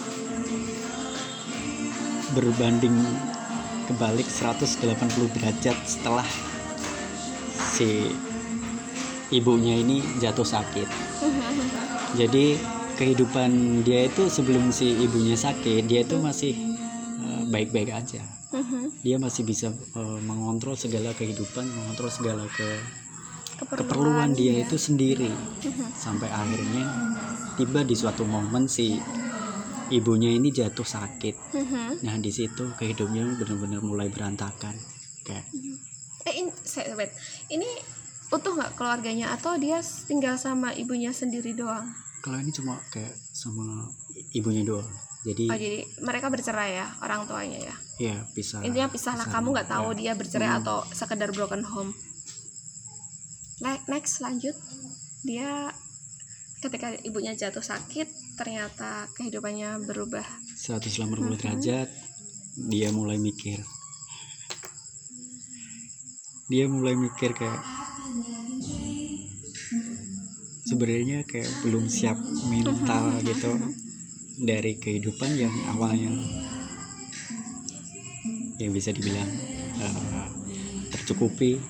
Speaker 2: berbanding kebalik 180 derajat setelah si ibunya ini jatuh sakit. Jadi kehidupan dia itu sebelum si ibunya sakit, dia itu masih baik-baik aja. Dia masih bisa mengontrol segala kehidupan, mengontrol segala keperluan dia itu sendiri. Sampai akhirnya tiba di suatu momen si ibunya ini jatuh sakit. Nah, di situ kehidupnya benar-benar mulai berantakan. Kayak
Speaker 1: Ini utuh nggak keluarganya atau dia tinggal sama ibunya sendiri doang?
Speaker 2: Kalau ini cuma kayak sama ibunya doang. Jadi
Speaker 1: Oh jadi mereka bercerai ya orang tuanya ya.
Speaker 2: ya pisah.
Speaker 1: Intinya pisah lah, kamu nggak tahu
Speaker 2: ya.
Speaker 1: dia bercerai atau sekedar broken home. Next lanjut, dia ketika ibunya jatuh sakit ternyata kehidupannya berubah
Speaker 2: 180 derajat. Dia mulai mikir kayak sebenarnya kayak belum siap mental gitu dari kehidupan yang awalnya yang bisa dibilang tercukupi,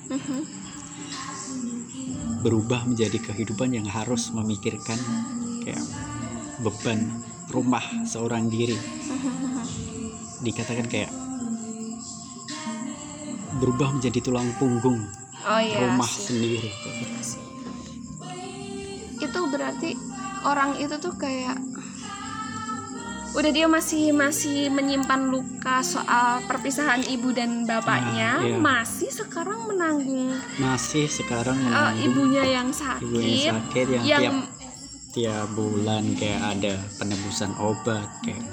Speaker 2: berubah menjadi kehidupan yang harus memikirkan kayak beban rumah seorang diri. Dikatakan kayak berubah menjadi tulang punggung rumah sendiri.
Speaker 1: Itu berarti orang itu tuh kayak udah dia masih menyimpan luka soal perpisahan ibu dan bapaknya, masih sekarang menanggung ibunya yang sakit
Speaker 2: yang tiap bulan kayak ada penebusan obat kayak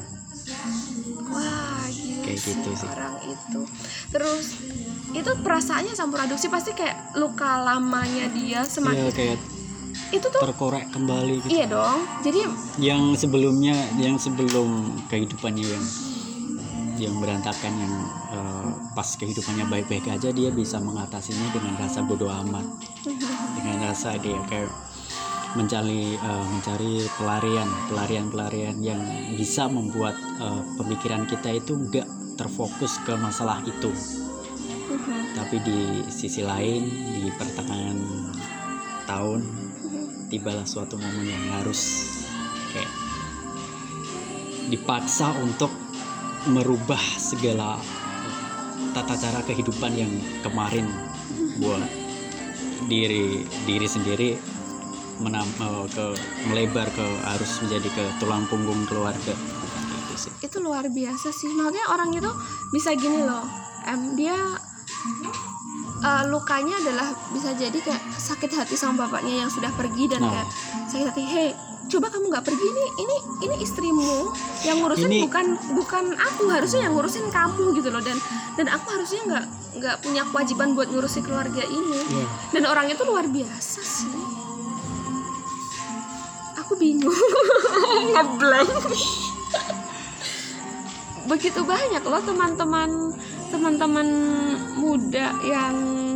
Speaker 2: kayak gitu sih
Speaker 1: orang itu. Terus itu perasaannya campur aduk sih, pasti kayak luka lamanya dia semakin
Speaker 2: kayak
Speaker 1: itu tuh
Speaker 2: terkorek kembali gitu.
Speaker 1: Iya dong. Jadi
Speaker 2: yang sebelum kehidupannya yang berantakan, yang pas kehidupannya baik-baik aja, dia bisa mengatasinya dengan rasa bodoh amat. Dengan rasa dia kayak mencari pelarian yang bisa membuat pemikiran kita itu enggak terfokus ke masalah itu. Tapi di sisi lain, di pertengahan tahun tibalah suatu momen yang harus kayak dipaksa untuk merubah segala tata cara kehidupan yang kemarin buat diri sendiri melebar ke harus menjadi ke tulang punggung keluarga.
Speaker 1: Itu luar biasa sih. Makanya orang itu bisa gini loh. Dia lukanya adalah bisa jadi kayak sakit hati sama bapaknya yang sudah pergi dan kayak sakit hati, hei coba kamu nggak pergi nih, ini istrimu yang ngurusin, bukan aku, harusnya yang ngurusin kamu gitu loh, dan aku harusnya nggak punya kewajiban buat ngurusin keluarga ini. Dan orang itu luar biasa sih, aku bingung ngeblank. Begitu banyak loh teman-teman muda yang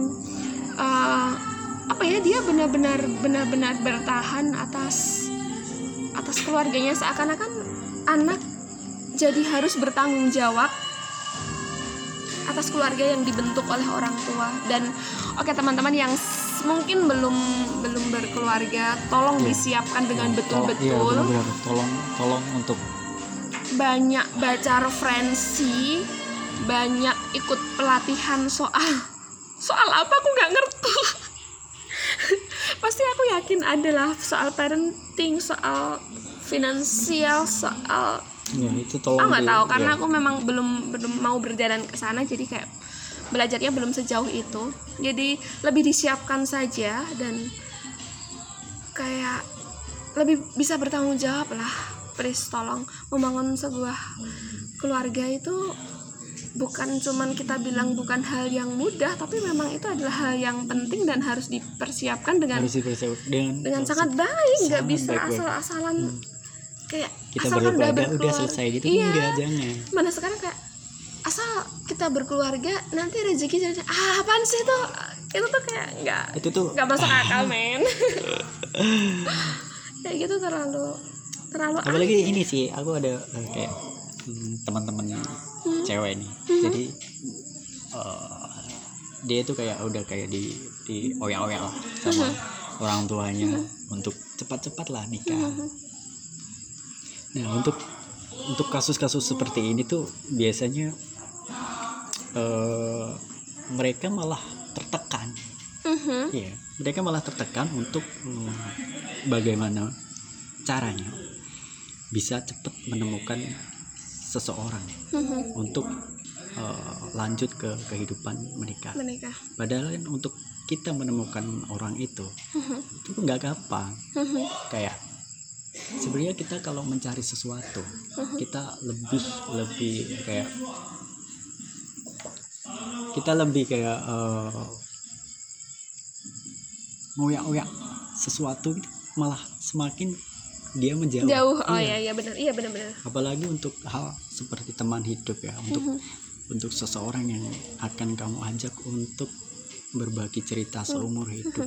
Speaker 1: dia benar-benar bertahan atas keluarganya, seakan-akan anak jadi harus bertanggung jawab atas keluarga yang dibentuk oleh orang tua. Dan teman-teman yang mungkin belum berkeluarga, tolong disiapkan dengan betul-betul.
Speaker 2: Tolong untuk
Speaker 1: banyak baca referensi, banyak ikut pelatihan soal apa aku nggak ngerti. Pasti aku yakin adalah soal parenting, soal finansial, soal
Speaker 2: itu tolong.
Speaker 1: Nggak tahu karena aku memang belum mau berjalan ke sana, jadi kayak belajarnya belum sejauh itu. Jadi lebih disiapkan saja dan kayak lebih bisa bertanggung jawab lah. Please tolong, membangun sebuah keluarga itu bukan cuman kita bilang bukan hal yang mudah, tapi memang itu adalah hal yang penting dan harus dipersiapkan dengan sangat baik. Nggak bisa asal-asalan kayak
Speaker 2: kita berkeluarga udah selesai gitu. Enggak, jangan.
Speaker 1: Mana sekarang kayak asal kita berkeluarga nanti rezeki jadi apaan sih itu tuh kayak nggak masuk akal men. Kayak gitu terlalu
Speaker 2: apalagi ini sih, aku ada kayak teman-teman cewek nih. Jadi dia tuh kayak udah kayak di oyak-oyak lah sama orang tuanya untuk cepat-cepat lah nikah. Nah, untuk kasus-kasus seperti ini tuh biasanya mereka malah tertekan. Mereka malah tertekan untuk bagaimana caranya bisa cepat menemukan seseorang untuk lanjut ke kehidupan menikah. Padahal kan untuk kita menemukan orang itu nggak gampang. Kayak sebenarnya kita kalau mencari sesuatu kita lebih kayak ngoyak-ngoyak sesuatu malah semakin dia menjauh.
Speaker 1: Jauh. Iya benar.
Speaker 2: Apalagi untuk hal seperti teman hidup ya, untuk seseorang yang akan kamu ajak untuk berbagi cerita seumur hidup.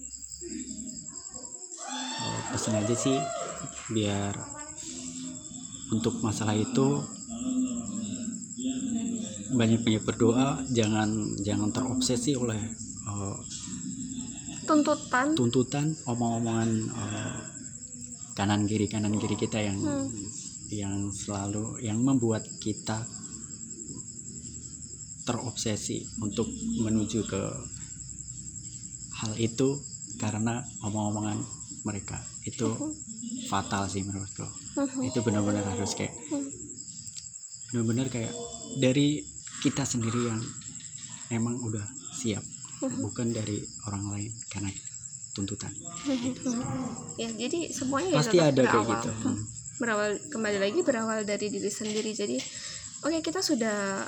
Speaker 2: Pesan aja sih biar untuk masalah itu banyak-banyak berdoa, jangan terobsesi oleh tuntutan omong-omongan kanan kiri kita yang selalu yang membuat kita terobsesi untuk menuju ke hal itu karena omong-omongan mereka itu fatal sih menurutku. Itu benar-benar harus kayak benar-benar kayak dari kita sendiri yang emang udah siap, bukan dari orang lain karena tuntutan.
Speaker 1: Ya, jadi semuanya
Speaker 2: pasti
Speaker 1: ya
Speaker 2: ada
Speaker 1: berawal.
Speaker 2: Kayak gitu.
Speaker 1: Berawal dari diri sendiri. Jadi oke, kita sudah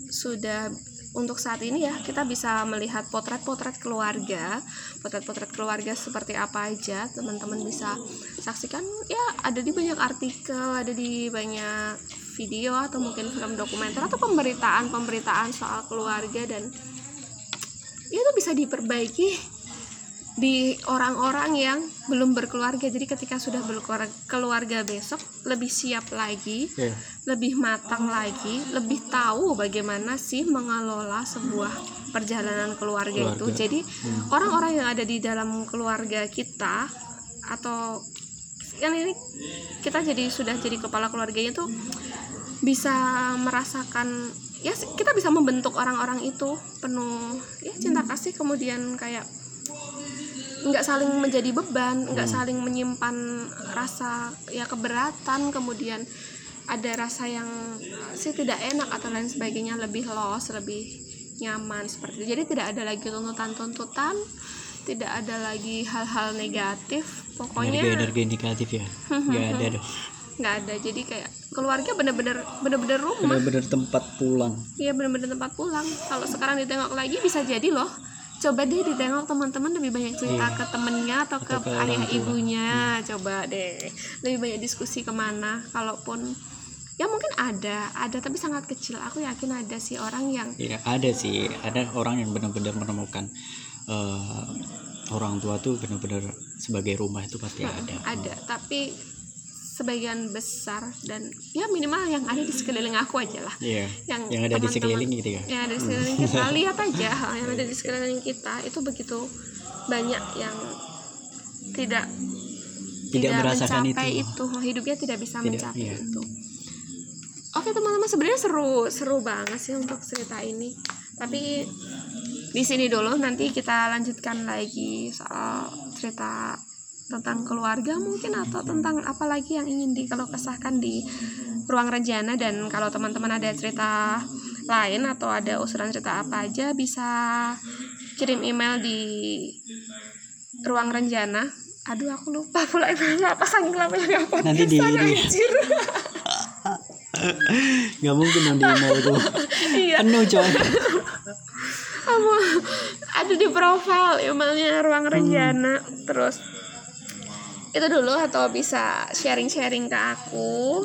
Speaker 1: untuk saat ini ya kita bisa melihat potret keluarga seperti apa aja. Teman-teman bisa saksikan ya, ada di banyak artikel, ada di banyak video atau mungkin film dokumenter atau pemberitaan soal keluarga, dan itu bisa diperbaiki di orang-orang yang belum berkeluarga. Jadi ketika sudah berkeluarga besok lebih siap lagi, lebih matang lagi, lebih tahu bagaimana sih mengelola sebuah perjalanan keluarga. Itu. Jadi orang-orang yang ada di dalam keluarga kita, atau kan ini kita sudah jadi kepala keluarganya tuh bisa merasakan ya, kita bisa membentuk orang-orang itu penuh ya cinta kasih, kemudian kayak nggak saling menjadi beban, nggak saling menyimpan rasa ya keberatan, kemudian ada rasa yang tidak enak atau lain sebagainya, lebih los, lebih nyaman seperti itu. Jadi tidak ada lagi tuntutan, tidak ada lagi hal-hal negatif, pokoknya
Speaker 2: energi negatif ya, nggak ada dong.
Speaker 1: Nggak ada. Jadi kayak keluarga bener-bener rumah,
Speaker 2: bener-bener tempat pulang.
Speaker 1: Iya, bener-bener tempat pulang. Kalau sekarang ditengok lagi bisa jadi loh, coba deh ditengok teman-teman lebih banyak cerita ke temennya atau ke ayah ibunya. Coba deh lebih banyak diskusi kemana. Kalaupun ya mungkin ada tapi sangat kecil. Aku yakin ada sih orang yang ada orang yang benar-benar menemukan orang tua tuh benar-benar sebagai rumah, itu pasti ada. Tapi sebagian besar, dan ya minimal yang ada di sekeliling aku aja lah, yang
Speaker 2: ada di sekeliling gitu ya,
Speaker 1: yang ada di sekeliling kita. Lihat aja yang ada di sekeliling kita itu begitu banyak yang tidak
Speaker 2: merasakan
Speaker 1: mencapai itu. Hidupnya tidak bisa mencapai itu. Oke teman-teman, sebenarnya seru banget sih untuk cerita ini, tapi di sini dulu, nanti kita lanjutkan lagi soal cerita tentang keluarga mungkin, atau tentang apa lagi yang ingin dikeluh kesahkan di Ruang Renjana. Dan kalau teman-teman ada cerita lain atau ada usulan cerita apa aja, bisa kirim email di Ruang Renjana. Aduh, aku lupa pula emailnya apa, saking lamanya apa.
Speaker 2: Nanti di nggak mungkin dong di email itu penuh coy.
Speaker 1: Ada di profil emailnya Ruang Renjana. Terus itu dulu, atau bisa sharing-sharing ke aku,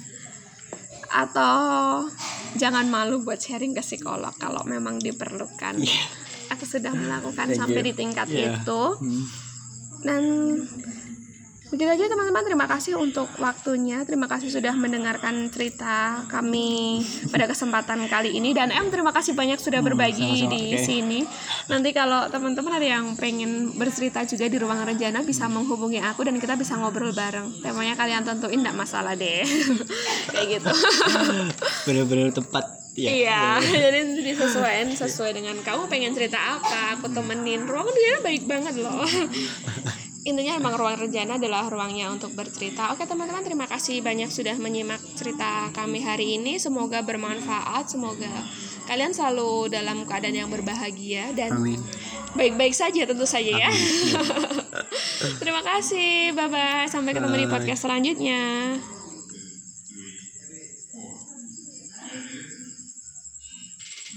Speaker 1: atau jangan malu buat sharing ke psikolog kalau memang diperlukan. Aku sudah melakukan sampai di tingkat itu. Dan begitu aja teman-teman, terima kasih untuk waktunya, terima kasih sudah mendengarkan cerita kami pada kesempatan kali ini. Dan terima kasih banyak sudah berbagi di sini. Nanti kalau teman-teman ada yang pengen bercerita juga di Ruang Renjana, bisa menghubungi aku dan kita bisa ngobrol bareng. Temanya kalian tentuin, enggak masalah deh. Kayak gitu. Bener-bener tepat ya. Iya, jadi disesuaikan sesuai dengan kamu pengen cerita apa, aku temenin. Ruang Renjana baik banget loh. Intinya emang Ruang Renjana adalah ruangnya untuk bercerita. Oke teman-teman, terima kasih banyak sudah menyimak cerita kami hari ini. Semoga bermanfaat, semoga kalian selalu dalam keadaan yang berbahagia. Dan baik-baik saja tentu saja ya.
Speaker 2: Amin.
Speaker 1: Terima kasih, bye bye, sampai ketemu di podcast selanjutnya.